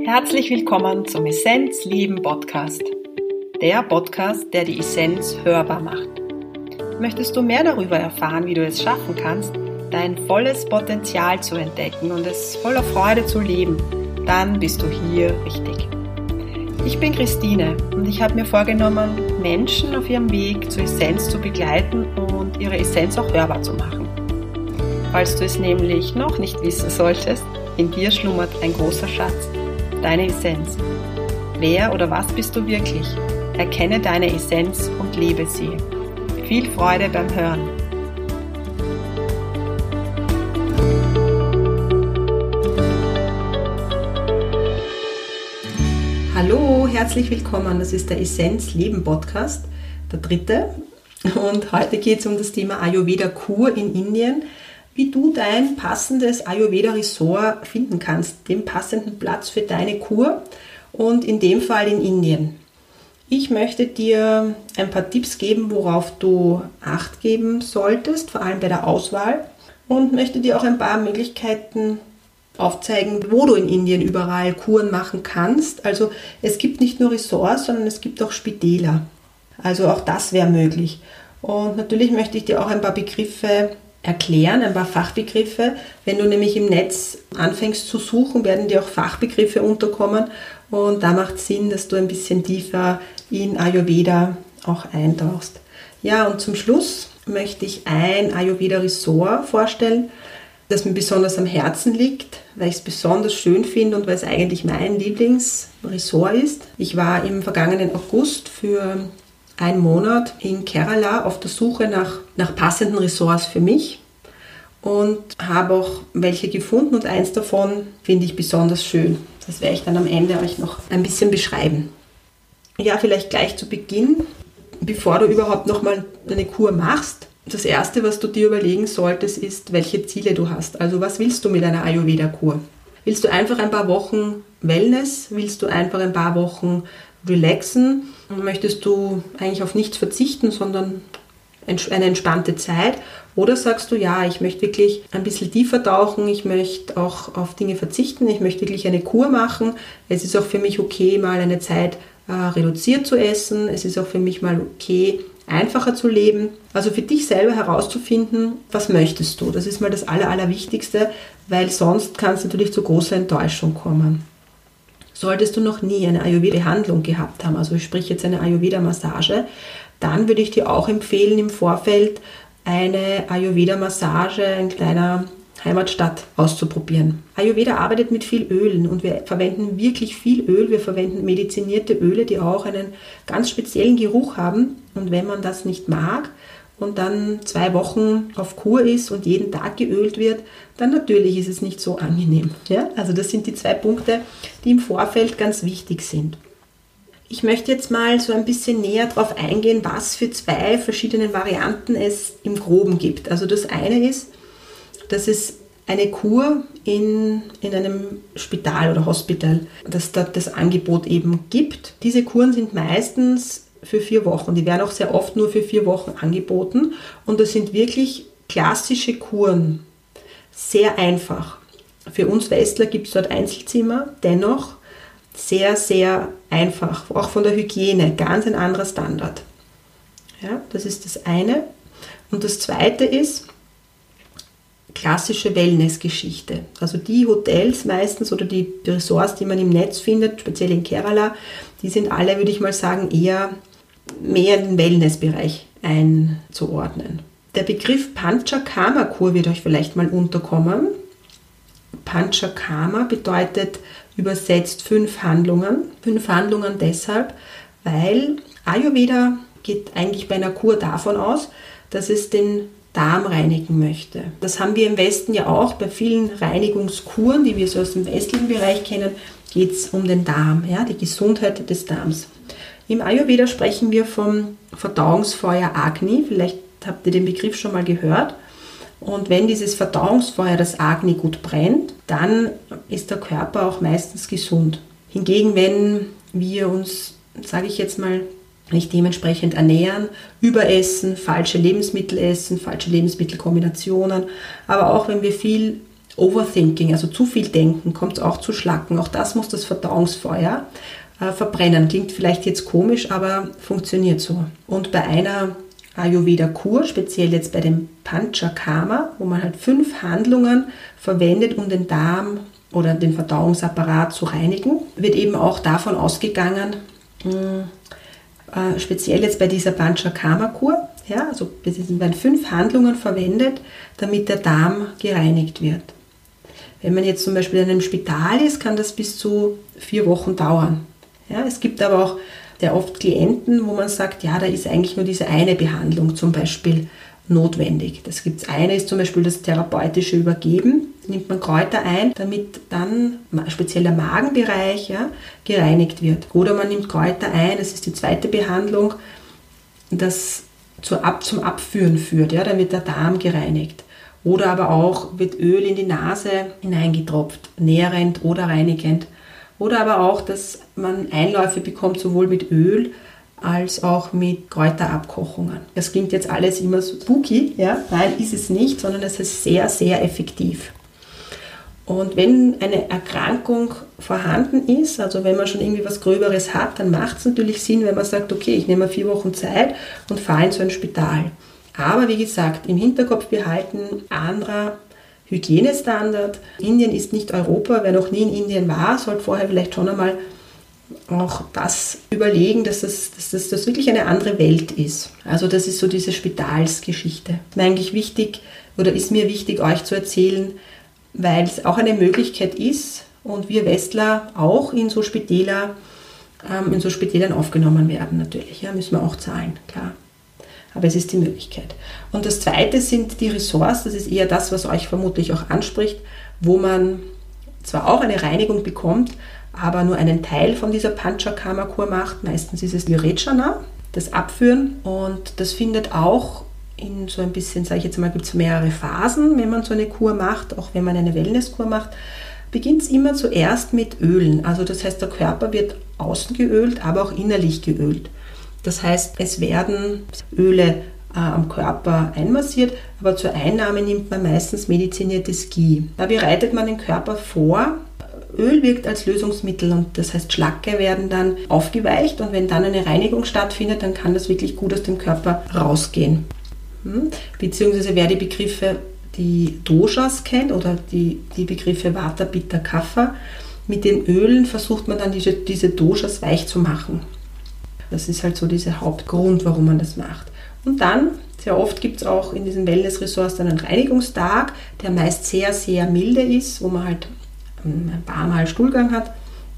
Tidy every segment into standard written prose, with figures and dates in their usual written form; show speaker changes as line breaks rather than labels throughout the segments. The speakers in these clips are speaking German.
Herzlich willkommen zum Essenz Leben Podcast. Der Podcast, der die Essenz hörbar macht. Möchtest du mehr darüber erfahren, wie du es schaffen kannst, dein volles Potenzial zu entdecken und es voller Freude zu leben, dann bist du hier richtig. Ich bin Christine und ich habe mir vorgenommen, Menschen auf ihrem Weg zur Essenz zu begleiten und ihre Essenz auch hörbar zu machen. Falls du es nämlich noch nicht wissen solltest, in dir schlummert ein großer Schatz, deine Essenz. Wer oder was bist du wirklich? Erkenne deine Essenz und lebe sie. Viel Freude beim Hören. Hallo, herzlich willkommen. Das ist der Essenz Leben Podcast, der dritte. Und heute geht es um das Thema Ayurveda-Kur in Indien. Wie du dein passendes Ayurveda-Ressort finden kannst, den passenden Platz für deine Kur und in dem Fall in Indien. Ich möchte dir ein paar Tipps geben, worauf du Acht geben solltest, vor allem bei der Auswahl, und möchte dir auch ein paar Möglichkeiten aufzeigen, wo du in Indien überall Kuren machen kannst. Also es gibt nicht nur Ressorts, sondern es gibt auch Spitäler. Also auch das wäre möglich. Und natürlich möchte ich dir auch ein paar Begriffe erklären, ein paar Fachbegriffe. Wenn du nämlich im Netz anfängst zu suchen, werden dir auch Fachbegriffe unterkommen und da macht es Sinn, dass du ein bisschen tiefer in Ayurveda auch eintauchst. Ja, und zum Schluss möchte ich ein Ayurveda-Ressort vorstellen, das mir besonders am Herzen liegt, weil ich es besonders schön finde und weil es eigentlich mein Lieblingsressort ist. Ich war im vergangenen August für einen Monat in Kerala auf der Suche nach passenden Ressorts für mich und habe auch welche gefunden und eins davon finde ich besonders schön. Das werde ich dann am Ende euch noch ein bisschen beschreiben. Ja, vielleicht gleich zu Beginn, bevor du überhaupt nochmal eine Kur machst. Das Erste, was du dir überlegen solltest, ist, welche Ziele du hast. Also was willst du mit einer Ayurveda-Kur? Willst du einfach ein paar Wochen Wellness? Willst du einfach ein paar Wochen relaxen? Möchtest du eigentlich auf nichts verzichten, sondern eine entspannte Zeit? Oder sagst du, ja, ich möchte wirklich ein bisschen tiefer tauchen, ich möchte auch auf Dinge verzichten, ich möchte wirklich eine Kur machen. Es ist auch für mich okay, mal eine Zeit reduziert zu essen. Es ist auch für mich mal okay, einfacher zu leben. Also für dich selber herauszufinden, was möchtest du? Das ist mal das Allerwichtigste, weil sonst kann es natürlich zu großer Enttäuschung kommen. Solltest du noch nie eine Ayurveda-Behandlung gehabt haben, also ich spreche jetzt eine Ayurveda-Massage, dann würde ich dir auch empfehlen, im Vorfeld eine Ayurveda-Massage in kleiner Heimatstadt auszuprobieren. Ayurveda arbeitet mit viel Ölen und wir verwenden wirklich viel Öl. Wir verwenden medizinierte Öle, die auch einen ganz speziellen Geruch haben. Und wenn man das nicht mag und dann 2 Wochen auf Kur ist und jeden Tag geölt wird, dann natürlich ist es nicht so angenehm. Ja? Also das sind die 2 Punkte, die im Vorfeld ganz wichtig sind. Ich möchte jetzt mal so ein bisschen näher darauf eingehen, was für 2 verschiedene Varianten es im Groben gibt. Also das eine ist, dass es eine Kur in einem Spital oder Hospital, dass dort das Angebot eben gibt. Diese Kuren sind meistens für 4 Wochen. Die werden auch sehr oft nur für 4 Wochen angeboten. Und das sind wirklich klassische Kuren. Sehr einfach. Für uns Westler gibt es dort Einzelzimmer, dennoch sehr, sehr einfach. Auch von der Hygiene, ganz ein anderer Standard. Ja, das ist das eine. Und das zweite ist klassische Wellness-Geschichte. Also die Hotels meistens oder die Ressorts, die man im Netz findet, speziell in Kerala, die sind alle, würde ich mal sagen, eher mehr in den Wellness-Bereich einzuordnen. Der Begriff Panchakarma-Kur wird euch vielleicht mal unterkommen. Panchakarma bedeutet übersetzt 5 Handlungen. 5 Handlungen deshalb, weil Ayurveda geht eigentlich bei einer Kur davon aus, dass es den Darm reinigen möchte. Das haben wir im Westen ja auch. Bei vielen Reinigungskuren, die wir so aus dem westlichen Bereich kennen, geht es um den Darm, ja, die Gesundheit des Darms. Im Ayurveda sprechen wir vom Verdauungsfeuer Agni. Vielleicht habt ihr den Begriff schon mal gehört. Und wenn dieses Verdauungsfeuer, das Agni, gut brennt, dann ist der Körper auch meistens gesund. Hingegen, wenn wir uns, sage ich jetzt mal, nicht dementsprechend ernähren, überessen, falsche Lebensmittel essen, falsche Lebensmittelkombinationen, aber auch wenn wir viel Overthinking, also zu viel Denken, kommt es auch zu Schlacken. Auch das muss das Verdauungsfeuer verbrennen. Klingt vielleicht jetzt komisch, aber funktioniert so. Und bei einer Ayurveda-Kur, speziell jetzt bei dem Panchakarma, wo man halt 5 Handlungen verwendet, um den Darm oder den Verdauungsapparat zu reinigen, wird eben auch davon ausgegangen, speziell jetzt bei dieser Panchakarma-Kur, ja, also es werden 5 Handlungen verwendet, damit der Darm gereinigt wird. Wenn man jetzt zum Beispiel in einem Spital ist, kann das bis zu 4 Wochen dauern. Ja, es gibt aber auch sehr oft Klienten, wo man sagt, ja, da ist eigentlich nur diese eine Behandlung zum Beispiel notwendig. Das gibt's. Eine ist zum Beispiel das therapeutische Übergeben. Nimmt man Kräuter ein, damit dann speziell der Magenbereich, ja, gereinigt wird. Oder man nimmt Kräuter ein, das ist die zweite Behandlung, das zum Abführen führt, ja, dann wird der Darm gereinigt. Oder aber auch wird Öl in die Nase hineingetropft, nährend oder reinigend. Oder aber auch, dass man Einläufe bekommt, sowohl mit Öl als auch mit Kräuterabkochungen. Das klingt jetzt alles immer so spooky, ja? Nein, ist es nicht, sondern es ist sehr, sehr effektiv. Und wenn eine Erkrankung vorhanden ist, also wenn man schon irgendwie was Gröberes hat, dann macht es natürlich Sinn, wenn man sagt, okay, ich nehme 4 Wochen Zeit und fahre in so ein Spital. Aber wie gesagt, im Hinterkopf behalten, anderer Hygienestandard. Indien ist nicht Europa. Wer noch nie in Indien war, sollte vorher vielleicht schon einmal auch das überlegen, dass das wirklich eine andere Welt ist. Also das ist so diese Spitalsgeschichte. Ist mir wichtig, euch zu erzählen, weil es auch eine Möglichkeit ist und wir Westler auch in so Spitälern aufgenommen werden natürlich. Ja, müssen wir auch zahlen, klar. Aber es ist die Möglichkeit. Und das Zweite sind die Ressorts, das ist eher das, was euch vermutlich auch anspricht, wo man zwar auch eine Reinigung bekommt, aber nur einen Teil von dieser Panchakarma-Kur macht. Meistens ist es die Rechana, das Abführen. Und das findet auch in so ein bisschen, sage ich jetzt mal, gibt es mehrere Phasen, wenn man so eine Kur macht, auch wenn man eine Wellnesskur macht, beginnt es immer zuerst mit Ölen. Also das heißt, der Körper wird außen geölt, aber auch innerlich geölt. Das heißt, es werden Öle am Körper einmassiert, aber zur Einnahme nimmt man meistens mediziniertes Ghee. Da bereitet man den Körper vor. Öl wirkt als Lösungsmittel und das heißt, Schlacke werden dann aufgeweicht und wenn dann eine Reinigung stattfindet, dann kann das wirklich gut aus dem Körper rausgehen. Beziehungsweise wer die Begriffe, die Doshas kennt oder die Begriffe Vata, Pitta, Kapha, mit den Ölen versucht man dann diese Doshas weich zu machen. Das ist halt so dieser Hauptgrund, warum man das macht. Und dann, sehr oft gibt es auch in diesen Wellness-Ressorts dann einen Reinigungstag, der meist sehr, sehr milde ist, wo man halt ein paar Mal Stuhlgang hat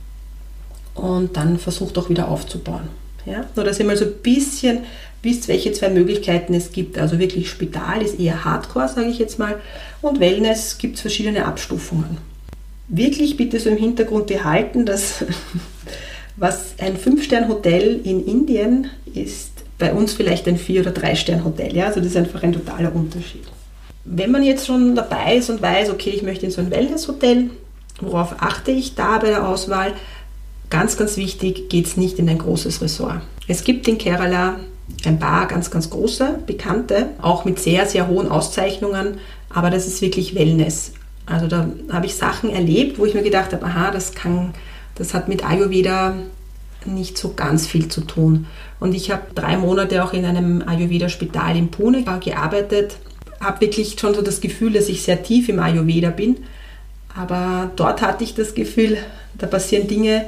und dann versucht auch wieder aufzubauen. Ja? Nur, dass ihr mal so ein bisschen wisst, welche 2 Möglichkeiten es gibt. Also wirklich Spital ist eher Hardcore, sage ich jetzt mal, und Wellness gibt es verschiedene Abstufungen. Wirklich bitte so im Hintergrund behalten, dass was ein 5-Stern-Hotel in Indien ist, bei uns vielleicht ein 4- oder 3-Stern-Hotel. Ja? Also das ist einfach ein totaler Unterschied. Wenn man jetzt schon dabei ist und weiß, okay, ich möchte in so ein Wellness-Hotel, worauf achte ich da bei der Auswahl? Ganz, ganz wichtig, geht es nicht in ein großes Ressort. Es gibt in Kerala ein paar ganz, ganz große, bekannte, auch mit sehr, sehr hohen Auszeichnungen, aber das ist wirklich Wellness. Also da habe ich Sachen erlebt, wo ich mir gedacht habe, aha, das hat mit Ayurveda nicht so ganz viel zu tun. Und ich habe 3 Monate auch in einem Ayurveda-Spital in Pune gearbeitet, habe wirklich schon so das Gefühl, dass ich sehr tief im Ayurveda bin, aber dort hatte ich das Gefühl, da passieren Dinge,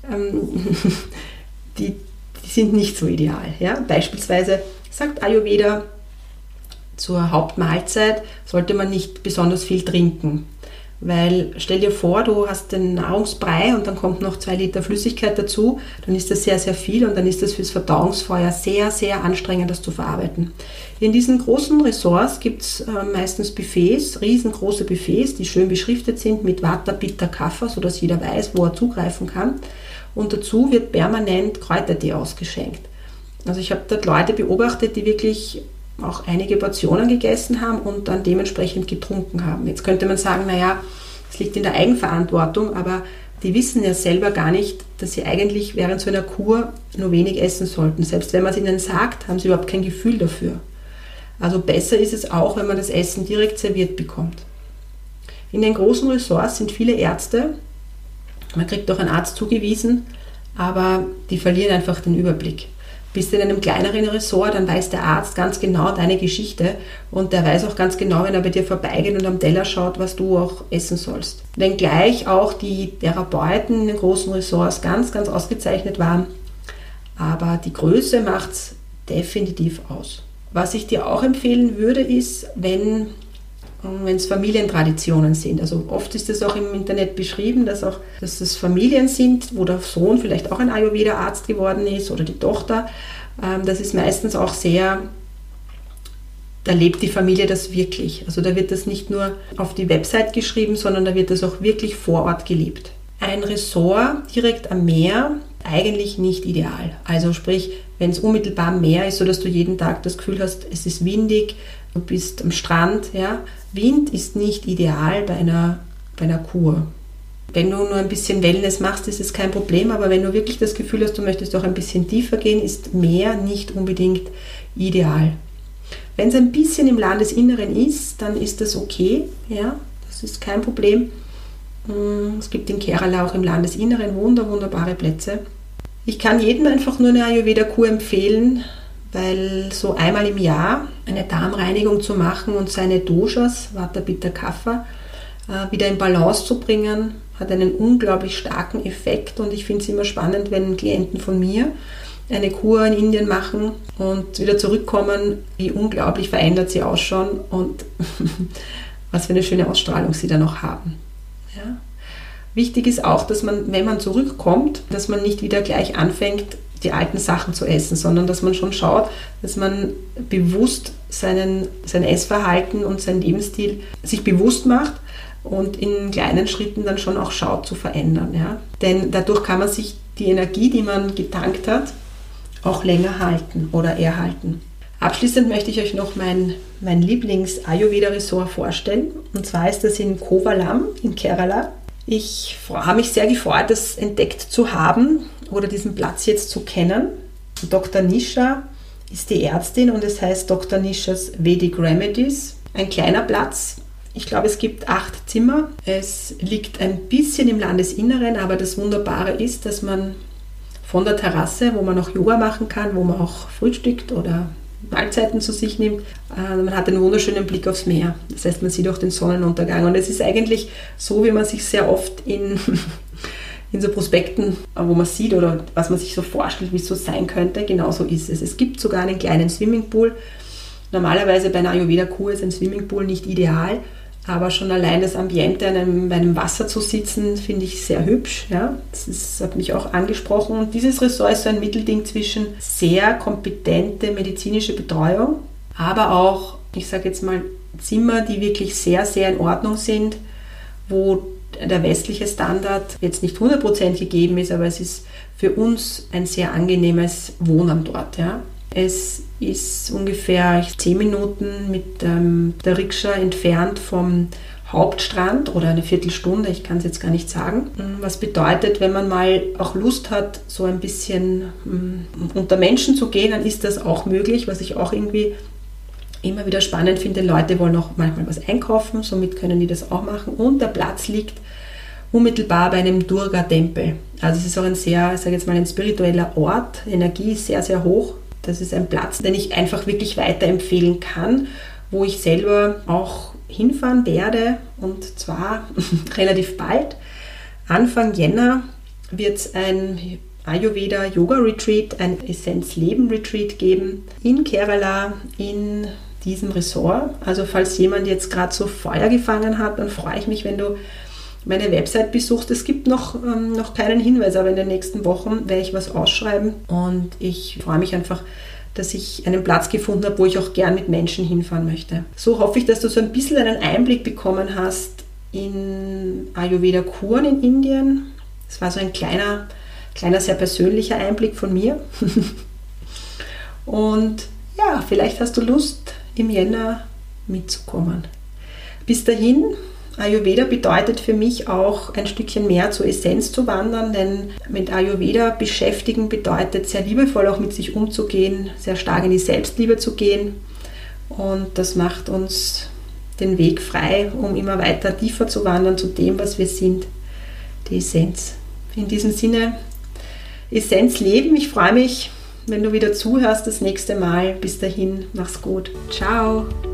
die sind nicht so ideal. Ja? Beispielsweise sagt Ayurveda, zur Hauptmahlzeit sollte man nicht besonders viel trinken. Weil stell dir vor, du hast den Nahrungsbrei und dann kommt noch 2 Liter Flüssigkeit dazu, dann ist das sehr, sehr viel und dann ist das fürs Verdauungsfeuer sehr, sehr anstrengend, das zu verarbeiten. In diesen großen Ressorts gibt es meistens Buffets, riesengroße Buffets, die schön beschriftet sind mit Vata, Pitta, Kapha, sodass jeder weiß, wo er zugreifen kann. Und dazu wird permanent Kräutertee ausgeschenkt. Also ich habe dort Leute beobachtet, die wirklich auch einige Portionen gegessen haben und dann dementsprechend getrunken haben. Jetzt könnte man sagen, naja, es liegt in der Eigenverantwortung, aber die wissen ja selber gar nicht, dass sie eigentlich während so einer Kur nur wenig essen sollten. Selbst wenn man es ihnen sagt, haben sie überhaupt kein Gefühl dafür. Also besser ist es auch, wenn man das Essen direkt serviert bekommt. In den großen Ressorts sind viele Ärzte, man kriegt auch einen Arzt zugewiesen, aber die verlieren einfach den Überblick. Bist du in einem kleineren Ressort, dann weiß der Arzt ganz genau deine Geschichte und der weiß auch ganz genau, wenn er bei dir vorbeigeht und am Teller schaut, was du auch essen sollst. Wenngleich auch die Therapeuten in den großen Ressorts ganz, ganz ausgezeichnet waren, aber die Größe macht es definitiv aus. Was ich dir auch empfehlen würde, ist, wenn es Familientraditionen sind. Also oft ist es auch im Internet beschrieben, dass es Familien sind, wo der Sohn vielleicht auch ein Ayurveda-Arzt geworden ist oder die Tochter. Das ist meistens auch sehr, da lebt die Familie das wirklich. Also da wird das nicht nur auf die Website geschrieben, sondern da wird das auch wirklich vor Ort gelebt. Ein Ressort direkt am Meer, eigentlich nicht ideal. Also sprich, wenn es unmittelbar am Meer ist, sodass du jeden Tag das Gefühl hast, es ist windig, du bist am Strand, ja. Wind ist nicht ideal bei einer Kur. Wenn du nur ein bisschen Wellness machst, ist es kein Problem, aber wenn du wirklich das Gefühl hast, du möchtest auch ein bisschen tiefer gehen, ist Meer nicht unbedingt ideal. Wenn es ein bisschen im Landesinneren ist, dann ist das okay, ja, das ist kein Problem. Es gibt in Kerala auch im Landesinneren wunderbare Plätze. Ich kann jedem einfach nur eine Ayurveda-Kur empfehlen, weil so einmal im Jahr eine Darmreinigung zu machen und seine Doshas, Vata, Pitta, Kapha, wieder in Balance zu bringen, hat einen unglaublich starken Effekt und ich finde es immer spannend, wenn Klienten von mir eine Kur in Indien machen und wieder zurückkommen, wie unglaublich verändert sie ausschauen und was für eine schöne Ausstrahlung sie dann auch haben. Ja. Wichtig ist auch, dass man, wenn man zurückkommt, dass man nicht wieder gleich anfängt, die alten Sachen zu essen, sondern dass man schon schaut, dass man bewusst sein Essverhalten und seinen Lebensstil sich bewusst macht und in kleinen Schritten dann schon auch schaut zu verändern. Ja? Denn dadurch kann man sich die Energie, die man getankt hat, auch länger halten oder erhalten. Abschließend möchte ich euch noch mein Lieblings-Ayurveda-Ressort vorstellen. Und zwar ist das in Kovalam in Kerala. Ich habe mich sehr gefreut, das entdeckt zu haben oder diesen Platz jetzt zu kennen. Dr. Nisha ist die Ärztin und es heißt Dr. Nishas Vedic Remedies. Ein kleiner Platz. Ich glaube, es gibt 8 Zimmer. Es liegt ein bisschen im Landesinneren, aber das Wunderbare ist, dass man von der Terrasse, wo man auch Yoga machen kann, wo man auch frühstückt oder Mahlzeiten zu sich nimmt, man hat einen wunderschönen Blick aufs Meer. Das heißt, man sieht auch den Sonnenuntergang. Und es ist eigentlich so, wie man sich sehr oft in so Prospekten, wo man sieht oder was man sich so vorstellt, wie es so sein könnte, genauso ist es. Es gibt sogar einen kleinen Swimmingpool. Normalerweise bei einer Ayurveda-Kur ist ein Swimmingpool nicht ideal, aber schon allein das Ambiente bei einem Wasser zu sitzen, finde ich sehr hübsch. Ja? Das hat mich auch angesprochen. Und dieses Ressort ist so ein Mittelding zwischen sehr kompetente medizinische Betreuung, aber auch, ich sage jetzt mal, Zimmer, die wirklich sehr, sehr in Ordnung sind, wo der westliche Standard jetzt nicht 100% gegeben ist, aber es ist für uns ein sehr angenehmes Wohnen dort. Ja? Es ist ungefähr 10 Minuten mit der Rikscha entfernt vom Hauptstrand oder eine Viertelstunde, ich kann es jetzt gar nicht sagen. Was bedeutet, wenn man mal auch Lust hat, so ein bisschen unter Menschen zu gehen, dann ist das auch möglich, was ich auch irgendwie immer wieder spannend finde. Leute wollen auch manchmal was einkaufen, somit können die das auch machen. Und der Platz liegt unmittelbar bei einem Durga-Tempel. Also es ist auch ein sehr, ich sage jetzt mal, ein spiritueller Ort. Energie ist sehr, sehr hoch. Das ist ein Platz, den ich einfach wirklich weiterempfehlen kann, wo ich selber auch hinfahren werde und zwar relativ bald. Anfang Jänner wird es ein Ayurveda-Yoga-Retreat, ein Essenz-Leben-Retreat geben in Kerala, in diesem Ressort. Also falls jemand jetzt gerade so Feuer gefangen hat, dann freue ich mich, wenn du meine Website besuchst. Es gibt noch keinen Hinweis, aber in den nächsten Wochen werde ich was ausschreiben und ich freue mich einfach, dass ich einen Platz gefunden habe, wo ich auch gern mit Menschen hinfahren möchte. So hoffe ich, dass du so ein bisschen einen Einblick bekommen hast in Ayurveda-Kuren in Indien. Das war so ein kleiner, sehr persönlicher Einblick von mir. Und ja, vielleicht hast du Lust, im Jänner mitzukommen. Bis dahin, Ayurveda bedeutet für mich auch ein Stückchen mehr zur Essenz zu wandern, denn mit Ayurveda beschäftigen bedeutet sehr liebevoll auch mit sich umzugehen, sehr stark in die Selbstliebe zu gehen und das macht uns den Weg frei, um immer weiter tiefer zu wandern zu dem, was wir sind, die Essenz. In diesem Sinne, Essenz leben. Ich freue mich, wenn du wieder zuhörst das nächste Mal. Bis dahin, mach's gut. Ciao.